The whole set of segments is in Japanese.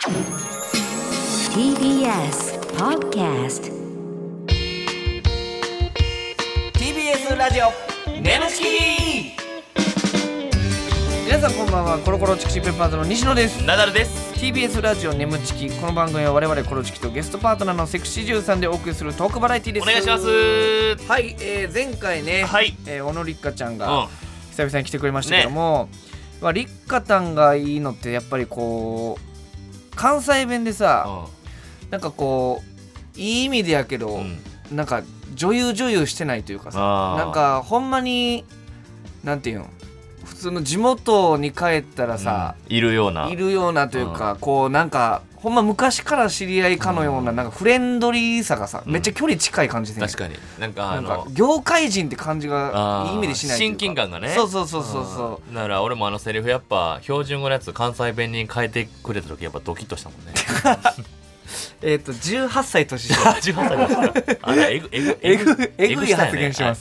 TBS Podcast TBS ラジオネムチキ。皆さんこんばんは。コロコロチキチキペッパーズの西野です。 ナダルです。 TBS ラジオネムチキ。この番組は我々コロチキとゲストパートナーのセクシージュンさんでお送りするトークバラエティです。 お願いします。 はい、前回ね、 はい、 小野立花ちゃんが久々に来てくれましたけども、まあ、立花ちゃんがいいのってやっぱりこう関西弁でさ、なんかこういい意味でやけど、なんか女優してないというかさ、なんかほんまになんていうの、普通の地元に帰ったらさ、いるようなというか、こうなんかほんま昔から知り合いかのような、なんかフレンドリーさがさ、めっちゃ距離近い感じで、 確かになんか業界人って感じがいい意味でしないというか、親近感がね。そうだから俺もセリフやっぱ標準語のやつ関西弁に変えてくれた時やっぱドキッとしたもんね。 18歳年下。 18歳年下。あれえぐい発言します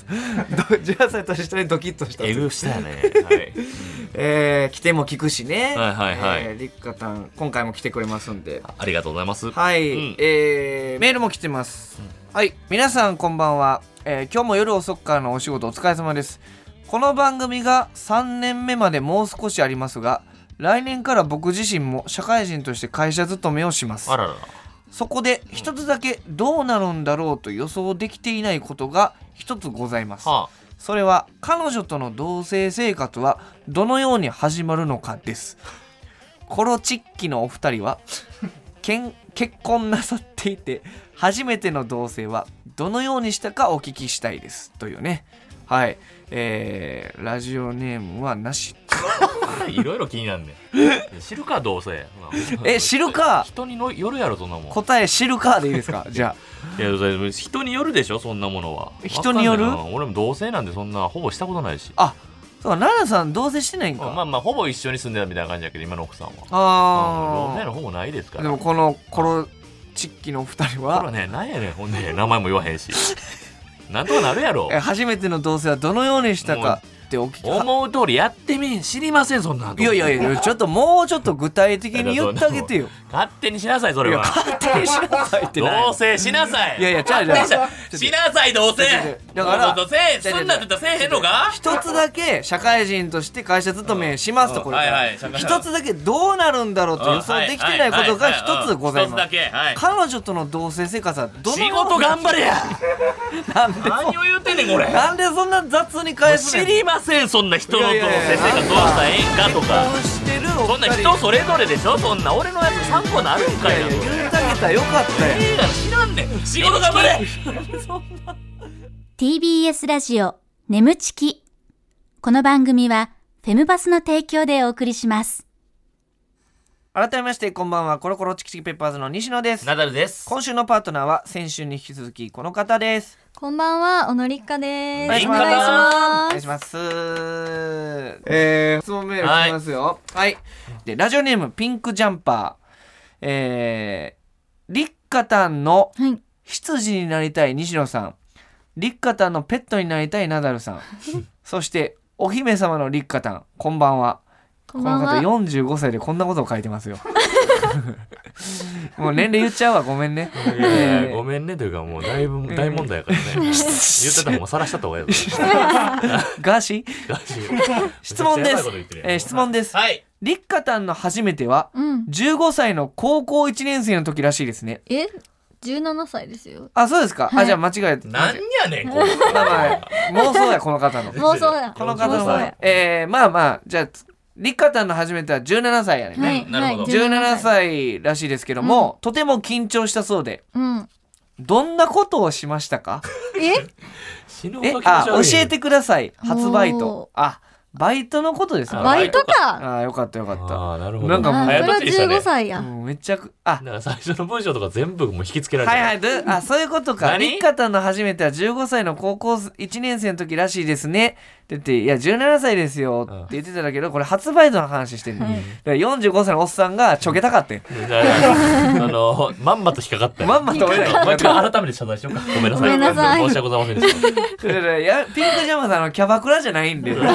。18歳年下にドキッとした。 えぐしたよね。 来ても聞くしね。立花さん今回も来てくれますんで。 ありがとうございます。 はい。メールも来てます。はい。皆さんこんばんは。今日も夜遅くからのお仕事お疲れ様です。この番組が3年目までもう少しありますが、来年から僕自身も社会人として会社勤めをします。 あらら。 そこで一つだけどうなるんだろうと予想できていないことが一つございます。それは彼女との同棲生活はどのように始まるのかです。コロチッキのお二人は結婚なさっていて初めての同棲はどのようにしたかお聞きしたいですというね。はい、ラジオネームはなし。 いろいろ気になんねん。知るかどうせ。 知るか。 人によるやろそんなもん。 答え知るかでいいですか。じゃあ。いや人によるでしょそんなものは。 人による。 俺も同棲なんでそんなほぼしたことないし。 あ、そうか。奈良さん同棲してないんか。 まあほぼ一緒に住んでたみたいな感じだけど今の奥さんは。同棲のほぼないですから。 でもこのコロチッキのお二人は。 これねなんやねんほんで名前も言わへんし。なんとかなるやろ。 初めての同棲はどのようにしたかってお聞き。 思う通りやってみん。知りませんそんなの。 いやちょっともうちょっと具体的に言ってあげてよ。 勝手にしなさいそれは。 勝手にしなさいって同棲しなさい。 いやしなさい同棲。 だからすんなって言ったらせえへんのか。 一つだけ社会人として会社勤めしますとこれから一つだけどうなるんんだろうと予想できてないことが一つございます。彼女との同棲生活はどの仕事頑張れや。何を言うてんねんこれ。 なんでそんな雑に返すねん。 知りませんそんな人の同棲生活どうしたらええんかとか。そんな人それぞれでしょ。そんな俺のやつ参考になるんかいな。 言ってあげたらよかったやん。 知らんねん。仕事頑張れ。 TBS ラジオ眠ちき。この番組はフェムバスの提供でお送りします。 改めましてこんばんは。コロコロチキチキペッパーズの西野です。 ナダルです。 今週のパートナーは先週に引き続きこの方です。 こんばんは、小野立花です。 お願いします。お願いします。質問メール来ますよ。はい。でラジオネームピンクジャンパー。立花たんの執事になりたい西野さん。立花たんのペットになりたいナダルさん。そしてお姫様の立花たん。こんばんは。この方45歳でこんなことを書いてますよ。もう年齢言っちゃうわ。ごめんね。 ごめんねというかもう大問題やからね。言ってた方も晒しちゃった方がいい。 ガーシー質問です。質問です。立花たんの初めては15歳の高校1年生の時らしいですね。 17歳ですよ。 あ、そうですか。じゃあ間違えて。 なんやねんこれ。 妄想やこの方の。 妄想や。 この方の。まあじゃあ立花たんの初めては17歳やね。 なるほど。 17歳らしいですけども、とても緊張したそうで、どんなことをしましたか？教えてください。初バイト。バイトのことですか？ バイトか。 よかったよかった。 なるほど。 なんかもうそれは15歳や。 めっちゃなんか最初の文章とか全部もう引きつけられてる。 そういうことか。立花たんの初めては15歳の高校1年生の時らしいですねって言って、いや17歳ですよって言ってたんだけど、これ初バイトの話してるね。45歳のおっさんがちょけたかってん。 まんまと引っかかったよ。 まんまと俺らもう一回改めて謝罪しようか。ごめんなさい。申し訳ございませんでした。 ピンクジャムさんのキャバクラじゃないんで。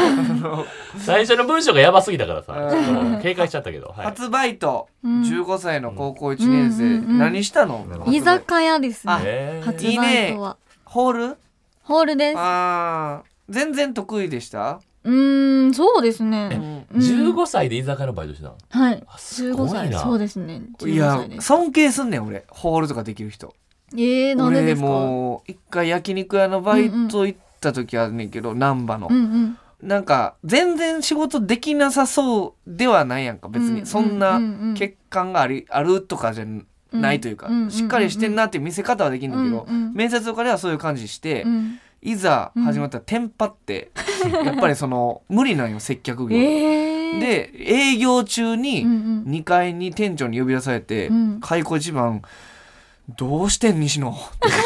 最初の文章がやばすぎたからさ、ちょっと警戒しちゃったけど、はい、 初バイト、15歳の高校1年生、何したの？ 居酒屋ですね。初バイトは。 いいね。ホールです。 全然得意でした？ そうですね。 15歳で居酒屋のバイトしてたの？ はい。 15歳そうですね。 いや尊敬すんねん俺、ホールとかできる人。 なんでですか？ 俺もう一回焼肉屋のバイト行った時あるねんけど、難波の、なんか全然仕事できなさそうではないやんか、別にそんな欠陥があるとかじゃないというか、しっかりしてんなっていう見せ方はできんだけど、面接とかではそういう感じして、いざ始まったらテンパってやっぱりその無理なんよ、接客業で営業中に2階に店長に呼び出されて、開口一番どうしてん西野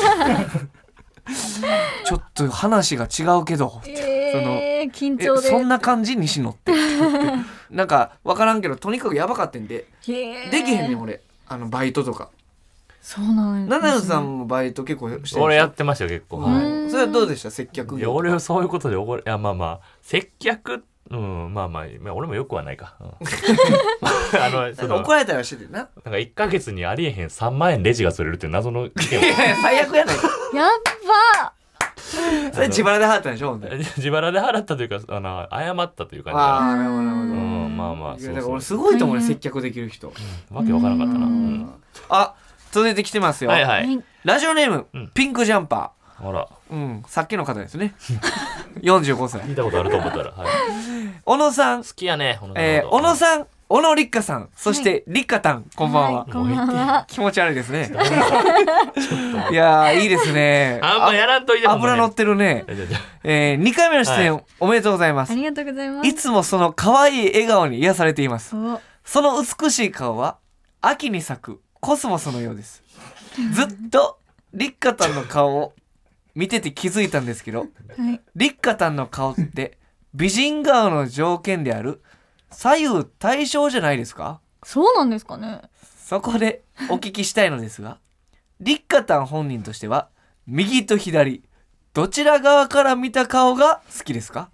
ちょっと話が違うけど、 緊張でそんな感じ西野ってなんか分からんけどとにかくやばかってんで、できへんねん俺バイトとか。 そうなんですね。ナナさんもバイト結構してる？ 俺やってましたよ結構。 それはどうでした？接客業。 いや俺はそういうことでいやまあ接客、まあ俺もよくはないか。 怒られたりはしててな。 なんか1ヶ月にありえへん3万円レジが釣れるっていう謎の事件。 いや最悪やないか。 やっば。 それ自腹で払ったんでしょ？ 自腹で払ったというか謝ったという感じかな。まあだから俺すごいと思うね、接客できる人。 わけわからなかったな。 あ、続いてきてますよ。ラジオネームピンクジャンパー。 あら、 さっきの方ですね。45歳。 聞いたことあると思ったら。 小野さん、 好きやね。 小野さん、小野立花さん、そして立花たん、こんばんは。気持ち悪いですね。いやいいですね。 あんまやらんといても油乗ってるね。2回目の出演おめでとうございます。 ありがとうございます。 いつもその可愛い笑顔に癒されています。その美しい顔は秋に咲くコスモスのようです。ずっと立花たんの顔を見てて気づいたんですけど、立花たんの顔って美人顔の条件である左右対称じゃないですか？ そうなんですかね。 そこでお聞きしたいのですが、立花たん本人としては右と左どちら側から見た顔が好きですか？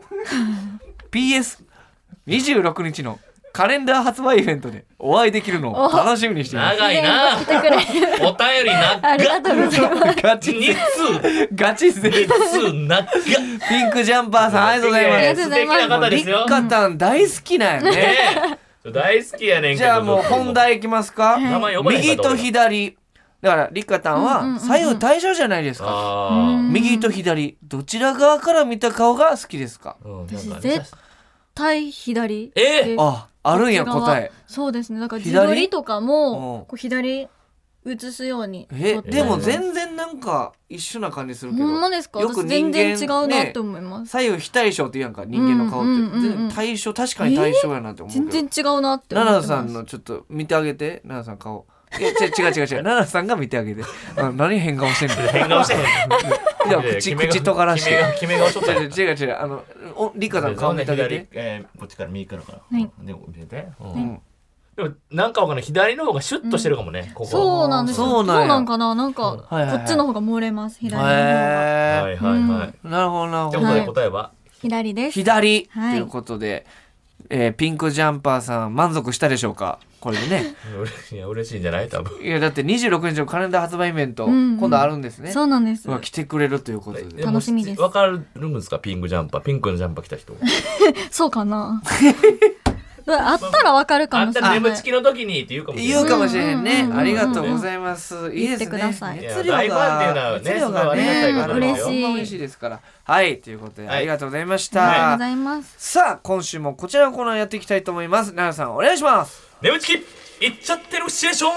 PS 26日のカレンダー発売イベントでお会いできるのを楽しみにしています。 長いな。お便りありがとうございます。 ガチ勢ピンクジャンパーさんありがとうございます。 素敵な方ですよ。 立花たん大好きなんやね。 大好きやねんけど。 じゃあもう本題いきますか。右と左だから立花たんは左右対称じゃないですか。右と左どちら側から見た顔が好きですか？ 絶対左。 あるんや答え。 そうですね。だから自撮りとかもこう左映すように。 でも全然なんか一緒な感じするけど。 ほんまですか？私全然違うなって思います。 左右非対称って言うやんか、人間の顔って対称、確かに対称やなって思うけど。 全然違うなって思ってます。 奈々さんのちょっと見てあげて、奈々さん顔。いや違う奈々さんが見てあげて。何変顔してんの？ 変顔してへん。 いや口とがらして。 決め顔しとったよ。 違う立花さん顔見てあげて。 こっちから右からかな。でも見てて。でもなんかわかんない、左の方がシュッとしてるかもね。 そうなんですよ。そうなんかな、なんかこっちの方が漏れます。左の方が。 なるほどなるほど。 答えは左です。 左ということで、ピンクジャンパーさん満足したでしょうか？これでね。 いや嬉しいんじゃない？多分。 いやだって26日のカレンダー発売イベント今度あるんですね。 そうなんです。 来てくれるということで楽しみです。 わかるんですか？ピンクジャンパー、ピンクのジャンパー着た人。 そうかな。あったらわかるかもしれない。 眠ちきの時にって言うかもしれない。 言うかもしれへんね。ありがとうございます。いいですね。熱量が嬉しいですから。はい、ということでありがとうございました。 ありがとうございます。 さあ今週もこちらのコーナーやっていきたいと思います。奈々さんお願いします。 眠ちきいっちゃってるシチュエーション。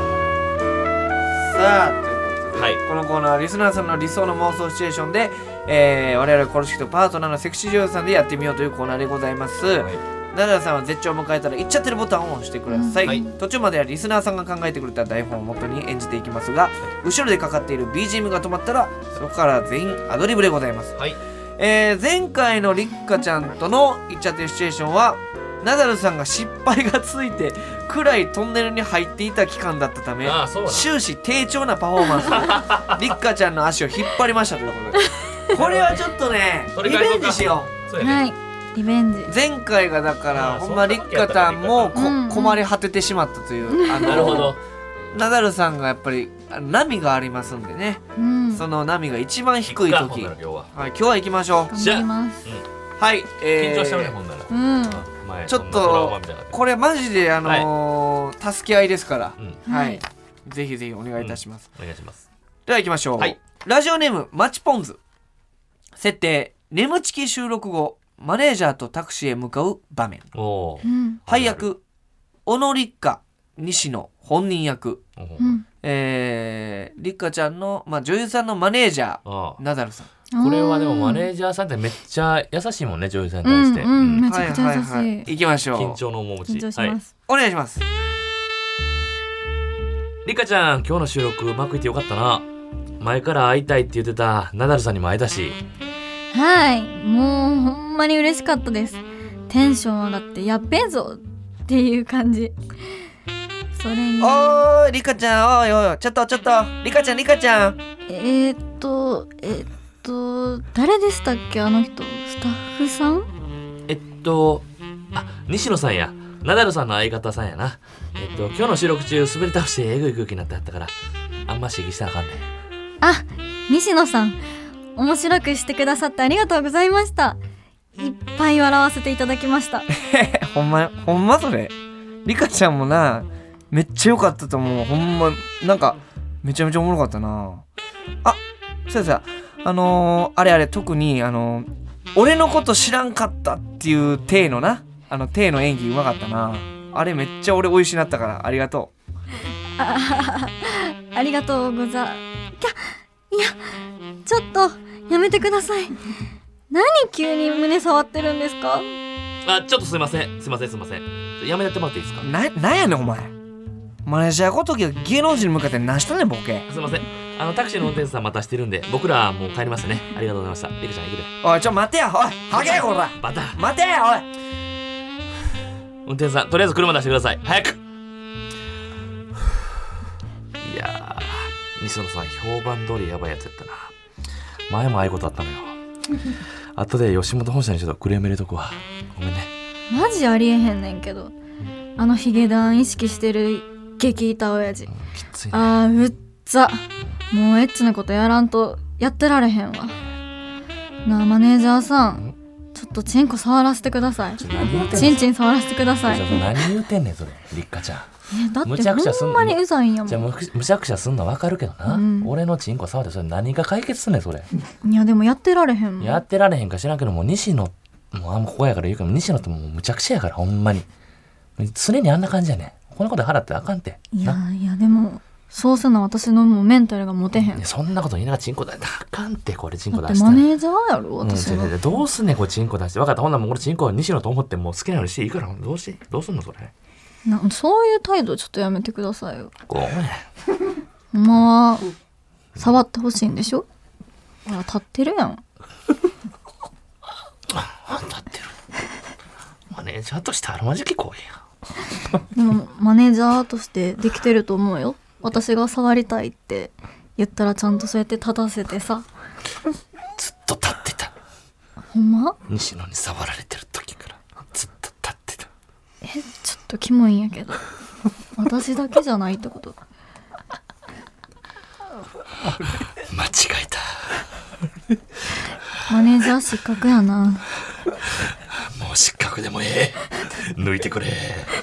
さあということで、このコーナーはリスナーさんの理想の妄想シチュエーションで、我々コルシキとパートナーのセクシー女優さんでやってみようというコーナーでございます。奈々さんは絶頂を迎えたらいっちゃってるボタンを押してください、途中まではリスナーさんが考えてくれた台本を元に演じていきますが、後ろでかかっている BGM が止まったらそこから全員アドリブでございます、前回の立花ちゃんとのいっちゃってるシチュエーションはナダルさんが失敗がついて暗いトンネルに入っていた期間だったため終始低調なパフォーマンスで立花ちゃんの足を引っ張りましたということでこれはちょっとねリベンジしよう。 リベンジ。 前回がだからほんまリッカタンも困り果ててしまったというなるほど。 ナダルさんがやっぱり波がありますんでね、その波が一番低い時、今日は行きましょう。 頑張ります。 はい、 緊張しちゃうね、ほんなら。 ちょっとこれマジで助け合いですから、はい、ぜひぜひお願いいたします。 お願いします。 では行きましょう。ラジオネームマチポンズ。設定、眠ちき収録後マネージャーとタクシーへ向かう場面。配役、小野立花、西野本人役。立花ちゃんの、女優さんのマネージャー、ナダルさん。 これはでもマネージャーさんってめっちゃ優しいもんね、女優さんに対して。 めちゃくちゃ優しい。 行きましょう。 緊張の面持ち。 緊張します。 お願いします。 リカちゃん、今日の収録うまくいってよかったな。前から会いたいって言ってたナダルさんにも会えたし。 はい、もうほんまに嬉しかったです。テンション上がってやっべえぞっていう感じ。それに、 おーいリカちゃん、おいおい、ちょっとリカちゃん誰でしたっけ、あの人。スタッフさん？ 西野さんや。ナダルさんの相方さんやな。今日の収録中滑り倒してえぐい空気になってあったから、あんま刺激したらあかんね。 西野さん、面白くしてくださってありがとうございました。いっぱい笑わせていただきました。 ほんまそれ。リカちゃんもな、めっちゃ良かったと思う。ほんまなんかめちゃめちゃおもろかったな。そうやあれ特に俺のこと知らんかったっていう体のな、体の演技うまかったな。あれめっちゃ俺美味しいなったから、ありがとう。 ありがとうございや、ちょっとやめてください。何急に胸触ってるんですか？ ちょっとすいません。やめてもらっていいですか？ なんやねんお前。マネージャーごときが芸能人に向かって何したねんボケ。 すいません。タクシーの運転手さん待たしてるんで、僕らもう帰りましたね。ありがとうございました。リカちゃん行くで。 おいちょ待てや、おいはげこらバタ待てや、おい運転手さん、とりあえず車出してください。早く。いやー、西野さん評判通りやばいやつやったな。前もああいうことあったのよ。後で吉本本社にちょっとクレーム入れとくわ。ごめんね。 マジありえへんねんけど、ヒゲダン意識してる激イタ親父。 きついね。 うっざ、もうエッチなことやらんとやってられへんわ。なあマネージャーさん、ちょっとチンコ触らせてください。チンチン触らせてください。 何言うてんねんそれ、リッカちゃん。 だってほんまにうざいんやもん。 じゃあむちゃくちゃすんの分かるけどな、俺のチンコ触ってそれ何が解決すんねんそれ。 いやでもやってられへんもん。 やってられへんか知らんけども、西野もうここやから言うけど、西野ってもうむちゃくちゃやから、ほんまに常にあんな感じやねん。こんなこと払ってあかんて。 いやでもそうせな私のもうメンタルが持てへん。 そんなこと言いながらチンコ出してあかんて。これチンコ出してマネージャーやろ私の、 どうすんねんこれチンコ出して。分かった、ほんならもう俺チンコ西野と思ってもう好きなようにしていいから、どうすんのそれ。 そういう態度ちょっとやめてくださいよ。 ごめん。 ほんまは触ってほしいんでしょ。ほら立ってるやん。 立ってる。マネージャーとしてあるまじき行為や。 でもマネージャーとしてできてると思うよ。私が触りたいって言ったらちゃんとそうやって立たせてさ。 ずっと立ってた。 ほんま？ 西野に触られてる時からずっと立ってた。 ちょっとキモいんやけど。私だけじゃないってこと？ 間違えた。 マネージャー失格やな。 もう失格でも抜いてくれ。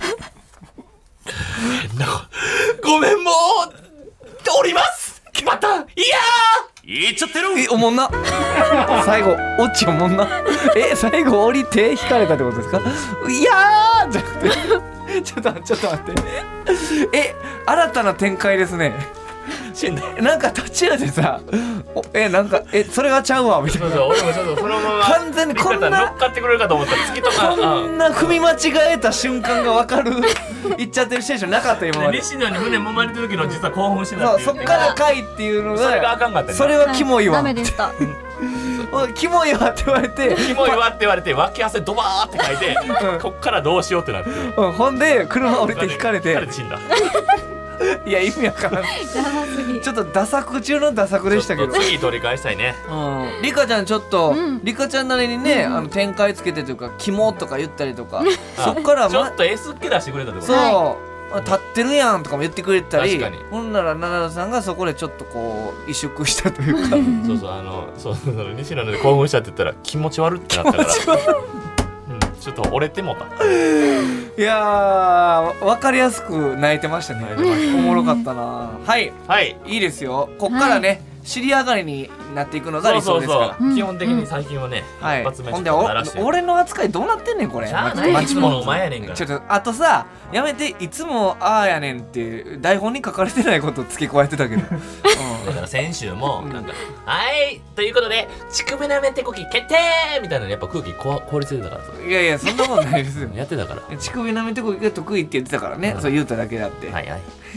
ごめん、もう降ります。決まった。いやー言っちゃってる。 おもんな。最後オチおもんな。最後降りて引かれたってことですか？いやーじゃなくてちょっと待って新たな展開ですね。なんか途中でさ、なんかそれがちゃうわみたいな。 そう俺もちょっとそのまま完全にこんな乗っかってくれるかと思ったら次とかこんな踏み間違えた瞬間が分かる言っちゃってるシチュエーションなかった今まで。 西野に胸揉まれてる時の実は興奮してたっていう。 そっからかいっていうのがそれがあかんかったね。 それはキモいわ。 ダメでした。 キモいわって言われて脇汗ドバーって書いて、こっからどうしようってなって、 ほんで車降りて引かれて死んだ。 いや意味わからん。 やばすぎ。 ちょっとダ作中のダ作でしたけど。 次取り返したいね。 リカちゃんちょっと、 うんリカちゃんなりにね、展開つけてというか肝とか言ったりとか、そっからちょっと S っ気出してくれたってこと。 そう、立ってるやんとかも言ってくれたり、 確かにほんなら奈々さんがそこでちょっとこう萎縮したというかそう西野で興奮したって言ったら気持ち悪ってなったからちょっと折れてもた。 いやー分かりやすく泣いてましたね。 泣いてましたおもろかったな。はいはい。 いいですよ。こっからね、尻上がりになっていくのが理想ですから。 基本的に最近はね、 はい、 一発目ちょっほんでと鳴らして俺の扱いどうなってんねんこれ。 しゃあないいつものお前やねんから。 ちょっとあとさ、やめて、いつもああやねんって台本に書かれてないことを付け加えてたけど、 だから先週もなんか「はいということで乳首なめてこき決定!」みたいなのやっぱ空気凍りついてたからさいやいやそんなことないですよ。 やってたから乳首舐めてこいが得意って言ってたからね、そう言うただけだって。 はいはい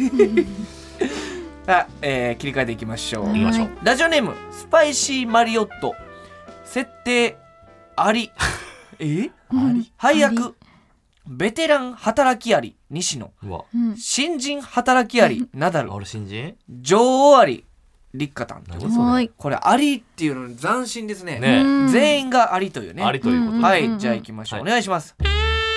さあ、切り替えていきましょう。 行きましょう。 ラジオネームスパイシーマリオット。設定あり配役ベテラン働きあり西野、 うわ新人働きありナダル、 俺新人女王ありリッカタン。 何それはい。 これありっていうのに斬新ですね。 ねうん全員がありというね。 ありということではい、 うんじゃあ行きましょう。 はいお願いします。は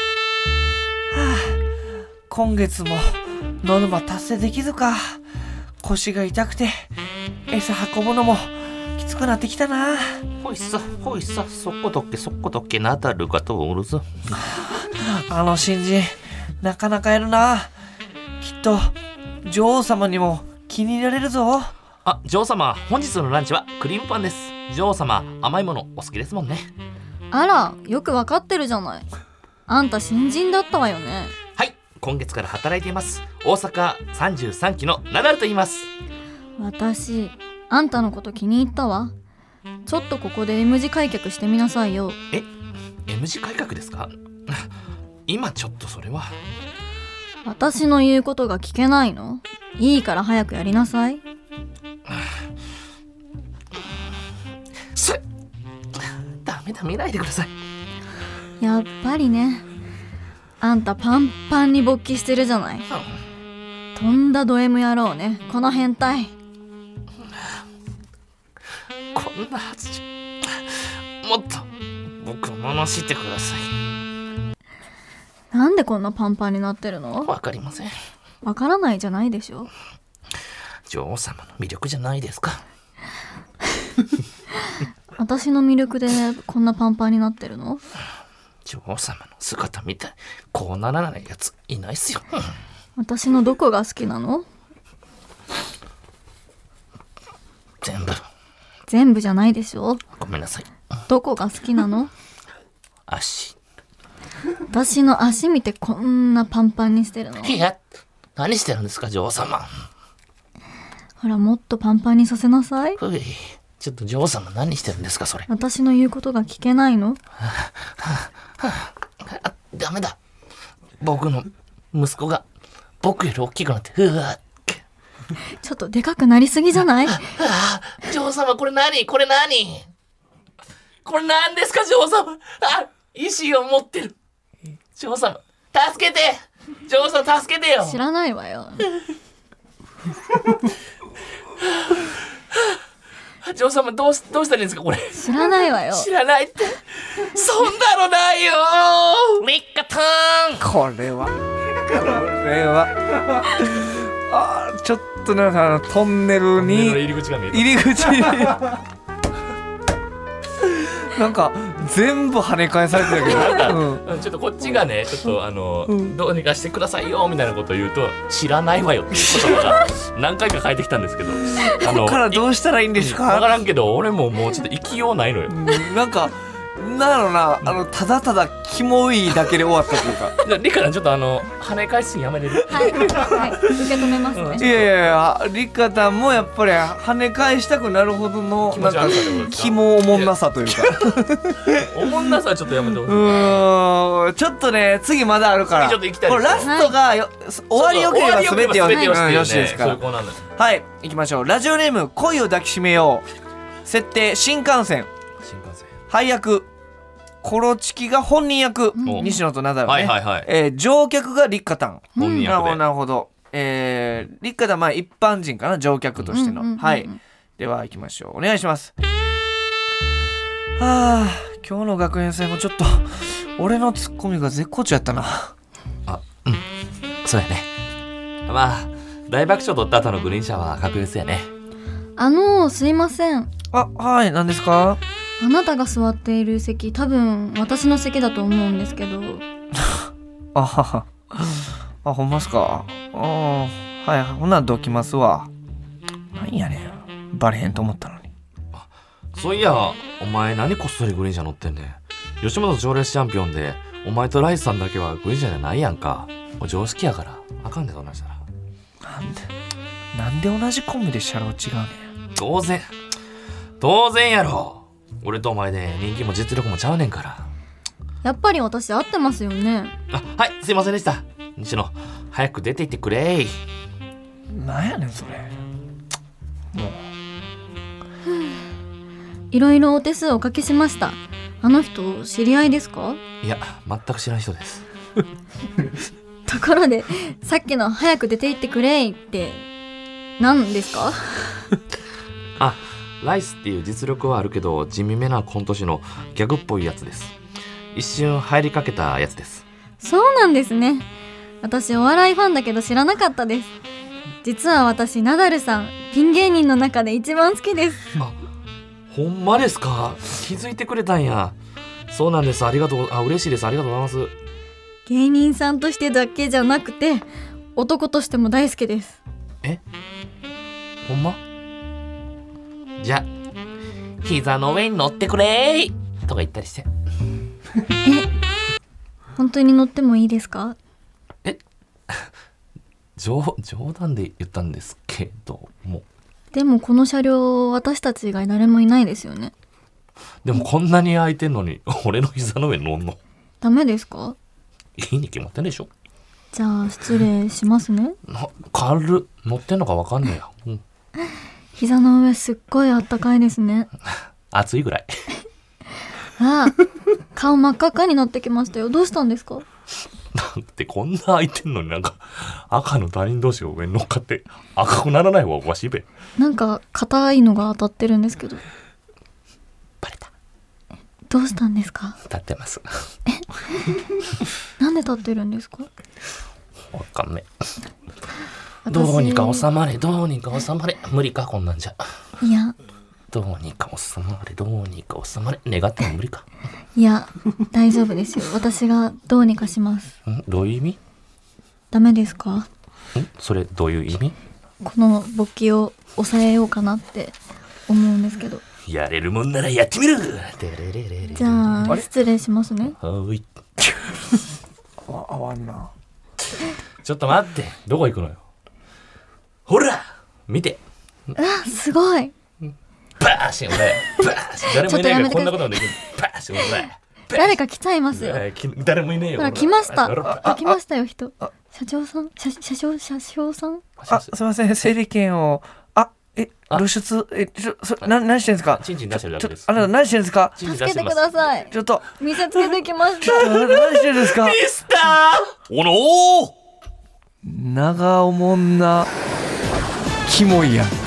あ、今月もノルマ達成できずか。腰が痛くて餌運ぶのもきつくなってきたな。 ほいさそこどけナダルかとおるぞ。 あの新人なかなかやるな。きっと女王様にも気に入られるぞ。 あ、女王様本日のランチはクリームパンです。女王様甘いものお好きですもんね。 あら、よくわかってるじゃない。あんた新人だったわよね。 はい、今月から働いています。大阪33期のナダルと言います。 私、あんたのこと気に入ったわ。ちょっとここで M 字開脚してみなさいよ。 M 字改革ですか？今ちょっとそれは。 私の言うことが聞けないの？いいから早くやりなさい。 ダメだ、見ないでください。 やっぱりね。あんたパンパンに勃起してるじゃない。とんだド M 野郎ね、この変態。 こんなはずじゃ。もっと僕を罵してください。 なんでこんなパンパンになってるの？ わかりません。 わからないじゃないでしょ。 女王様の魅力じゃないですか。 私の魅力でこんなパンパンになってるの？ 女王様の姿みたいこうならないやついないっすよ。 私のどこが好きなの？ 全部全部じゃないでしょ。 ごめんなさい。 どこが好きなの？ 足。 私の足見てこんなパンパンにしてるの？ いや、何してるんですか女王様。 ほら、もっとパンパンにさせなさい。 うい、ちょっと女王様何してるんですかそれ。 私の言うことが聞けないの？ あ、ダメだ。僕の息子が僕より大きくなってうわっ。 ちょっとでかくなりすぎじゃない？ 女王様これ何これ何何ですか女王様。あ、意志を持ってる。女王様助けて。女王様助けてよ。 知らないわよ。 女王様どうしたらいいんですかこれ。 知らないわよ。 知らないって。そんなのないよ。リッカターン。 これはちょっとなんかトンネルに入り口が見えた。 入り口になんか全部跳ね返されてたけど、 ちょっとこっちがねちょっとどうにかしてくださいよみたいなことを言うと知らないわよっていう言葉が何回か返ってきたんですけど、 こっからどうしたらいいんですわかか。 らんけど俺ももうちょっと生きようないのよ。 なんかなんだろうな、ただただキモいだけで終わったというか。 じゃあリカちゃんちょっと跳ね返すんやめれる？ はい、はい、受け止めますね。 いやいやいや、リカタンもやっぱり跳ね返したくなるほどの気持ちなんか悪さってことですか？ キモおもんなさというかおもんなさはちょっとやめてほしい。 ちょっとね次まだあるから、 次ちょっと行きたいこれラストが終わりよければ全てよ全てよしっていうねよしですかそういら。 うコーナーなんです。 はい、行きましょう。ラジオネーム恋を抱きしめよう。設定新幹線。 新幹線。 配役コロチキが本人役、 ん西野とナダルね、 はいはいはい。 乗客がリッカタン。 本人役で。 なるほど。 立花田一般人かな、乗客としての、はい。では行きましょう。お願いします。今日の学園祭もちょっと俺のツッコミが絶好調やったな。 そうやね。大爆笑取った後のグリーン車は確実やね。 すいません。 はい、何ですか？ あなたが座っている席、多分私の席だと思うんですけど。 ほんまっすか？はい、ほなどきますわ。なんやねん、バレへんと思ったのに。 そういや、お前何こっそりグリーン車乗ってんねん。吉本常連チャンピオンで、お前とライスさんだけはグリーン車じゃないやんか。常識やからあかんで、そんなんしたら。 なんで同じコンビで車両違うねん。 当然やろ。俺とお前で人気も実力もちゃうねんから。 やっぱり私合ってますよね。 はい、すいませんでした。西野、早く出て行ってくれ。 なんやねんそれ。もういろいろお手数おかけしました。あの人知り合いですか？ いや、全く知らん人です。 ところで、さっきの早く出て行ってくれって何ですか？ ライスっていう実力はあるけど地味めなコント師のギャグっぽいやつです。一瞬入りかけたやつです。 そうなんですね。私お笑いファンだけど知らなかったです。実は私ナダルさん、ピン芸人の中で一番好きです。 ほんまですか？気づいてくれたんや。そうなんです。ありがとう。嬉しいです。ありがとうございます。 芸人さんとしてだけじゃなくて男としても大好きです。 ほんま？じゃあ膝の上に乗ってくれーとか言ったりして。 本当に乗ってもいいですか？ 冗談で言ったんですけども。 でもこの車両私たち以外誰もいないですよね。 でもこんなに空いてんのに俺の膝の上に乗んのダメですか？ いいに決まってんでしょ。 じゃあ失礼しますね。 軽っ、乗ってんのか分かんねえや。 膝の上すっごいあったかいですね。 暑いぐらい。 顔真っ赤っかになってきましたよ。どうしたんですか？ なんてこんな空いてんのに赤の他人同士を上に乗っかって赤くならない方がおかしいべ。 なんか硬いのが当たってるんですけど。 バレた。 どうしたんですか？ 立ってます。 なんで立ってるんですか？ わかんねえ。どうにか収まれ。無理かこんなんじゃ。 いや、 どうにか収まれ。願っても無理か。 いや、大丈夫ですよ。私がどうにかします。 どういう意味？ ダメですか？ それどういう意味？ この勃起を抑えようかなって思うんですけど。 やれるもんならやってみる。 じゃあ失礼しますね。 はい。 合わんな。 ちょっと待って、どこ行くのよ。ほら見て。 すごい。 バーシン俺バーシン。誰もいないからこんなこともできる。バーシン俺誰か来ちゃいますよ。 誰もいねえよ。 ほら来ました。来ましたよ人。社長さん。すいません、整理券を露出何してんですか？ チンチン出してるだけです。 あなた何してるんですか？ 助けてください。 ちょっと見せつけてきました。 何してるんですか？ ミスターおのー長おもんなキモいやん。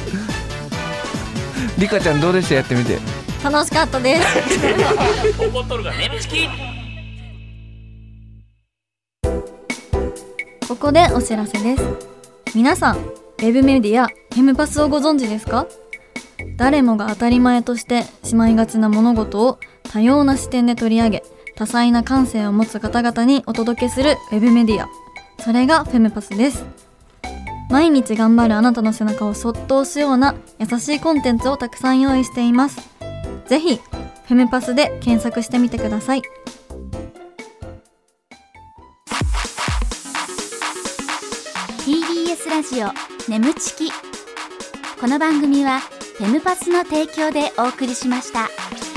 リカちゃんどうでした？やってみて。 楽しかったです。 怒っとるが眠ちき。 ここでお知らせです。皆さん、ウェブメディアフェムパスをご存知ですか？誰もが当たり前としてしまいがちな物事を多様な視点で取り上げ、多彩な感性を持つ方々にお届けするウェブメディア。それがフェムパスです。毎日頑張るあなたの背中をそっと押すような優しいコンテンツをたくさん用意しています。ぜひフェムパスで検索してみてください。 TBS ラジオ眠ちき。この番組はフェムパスの提供でお送りしました。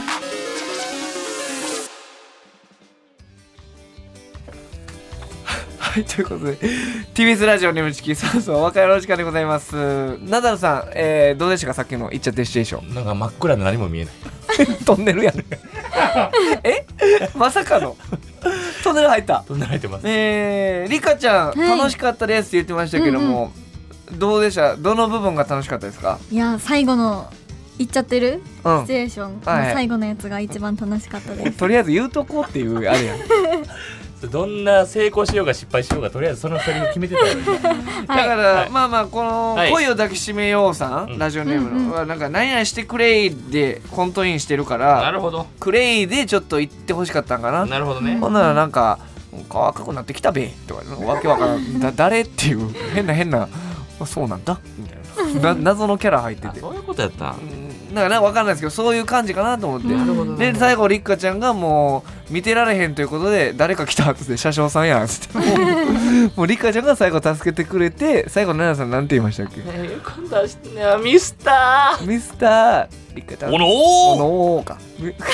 はい、ということで TBS ラジオ眠ちき、そうお別れの時間でございます。ナダルさん、どうでしたか？さっきの言っちゃってシチュエーション。 なんか真っ暗で何も見えない。 トンネルやん。まさかのトトンネル入った。 トンネル入ってます。 リカちゃん、楽しかったですって言ってましたけども、どうでした？どの部分が楽しかったですか？ いや最後の言っちゃってる、シチュエーションのはい最後のやつが一番楽しかったです。 とりあえず言うとこうっていうあれやん。 どんな成功しようが失敗しようがとりあえずその2人決めてたよね。 だから、 はいまあまあこのはい恋を抱きしめようさん、ラジオネームの、なんか何々してくれいでコントインしてるかなら、 るほどクレイでちょっと言ってほしかったんかな。 なるほどね。 ほんならなんか顔赤くなってきたべとかわけわからん誰っていう変なそうなんだみたいな謎のキャラ入ってて、 そういうことやった。 なんかね分かんないですけどそういう感じかなと思って、 なるほどで最後りっかちゃんがもう見てられへんということで誰か来たっつって車掌さんやんっつってもうりっかちゃんが最後助けてくれて、最後奈々さんなんて言いましたっけ？ 今度はミスターミスターりっかちゃんおのおのーか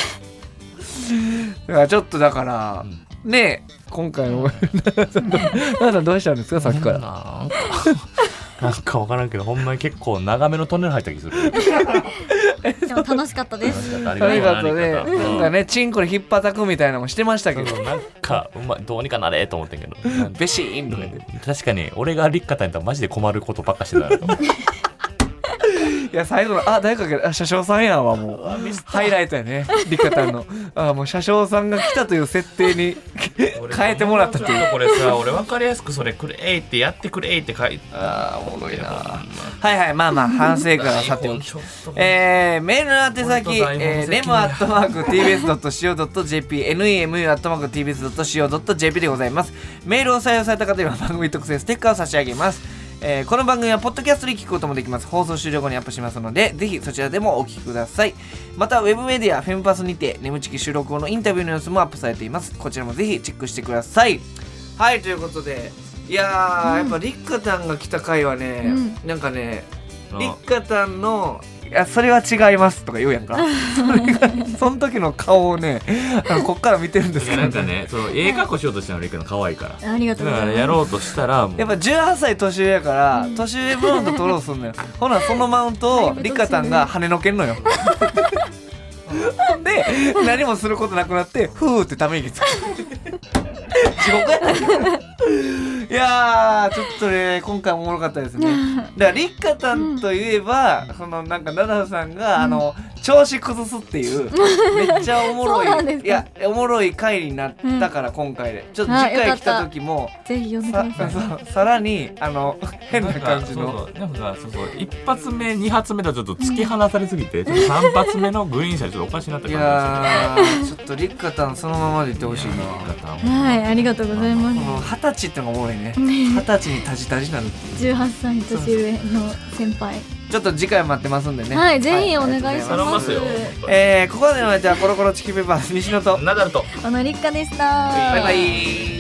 だからちょっとだから、ねえ今回の奈々さんどうしたんですかさっきからなんか分からんけどほんまに結構長めのトンネル入った気する。 でも楽しかったです。 ありありがとうね。 がとうなんかねチンコで引っ叩くみたいなのもしてましたけど、 なんかどうにかなれと思ってんけどベシーンとか言って確かに俺がリッカタンやったらマジで困ることばっかしてたなと思って。 いや最後の誰かが車掌さんやんはもうハイライトやねリカタンのもう車掌さんが来たという設定に変えてもらったっていう。 これさ俺分かりやすくそれくれーってやってくれーって書いておもろいな。はいはいまあまあ反省からさておきメールの宛先nemu@tbs.co.jp nemu@tbs.co.jp でございます。メールを採用された方には番組特製ステッカーを差し上げます。この番組はポッドキャストで聞くこともできます。放送終了後にアップしますのでぜひそちらでもお聞きください。またウェブメディアフェムパスにて眠ちき収録後のインタビューの様子もアップされています。こちらもぜひチェックしてください。はいということでいやー、やっぱリッカタンが来た回はね、なんかねリッカタンのいやそれは違いますとか言うやんかその時の顔をねこっから見てるんですけど、 なんかねその格好しようとしたのリッカの可愛いからありがとうだございます。 からやろうとしたらもうやっぱ18歳年上やから年上マウント取ろうとすんのよほなそのマウントをリカタンが跳ねのけんのよで何もすることなくなってふーってため息つく地獄やないいやーちょっとね今回もおもろかったですね。だからリッカタンといえば、そのなんかナダルさんが、調子崩すっていうめっちゃおもろそうなんですか。 いいやおもろい回になったから、今回でちょっと次回来た時もぜひ呼んでください。 さらに変な感じのなんかそう一発目二発目とちょっと突き放されすぎて、ちょっと三発目のグリーン車ちょっとおかしになったい感やーちょっとリッカタンそのままでいってほしいな。 はいありがとうございます。 この20歳ってのがおもろいね。20歳にタジタジなるっていう。 18歳年上の先輩。 ちょっと次回待ってますんでね。 はいぜひお願いします。 頼みますよ。 ここまでのお相手はコロコロチキペッパー西野とナダルと小野立花でした。 バイバイ。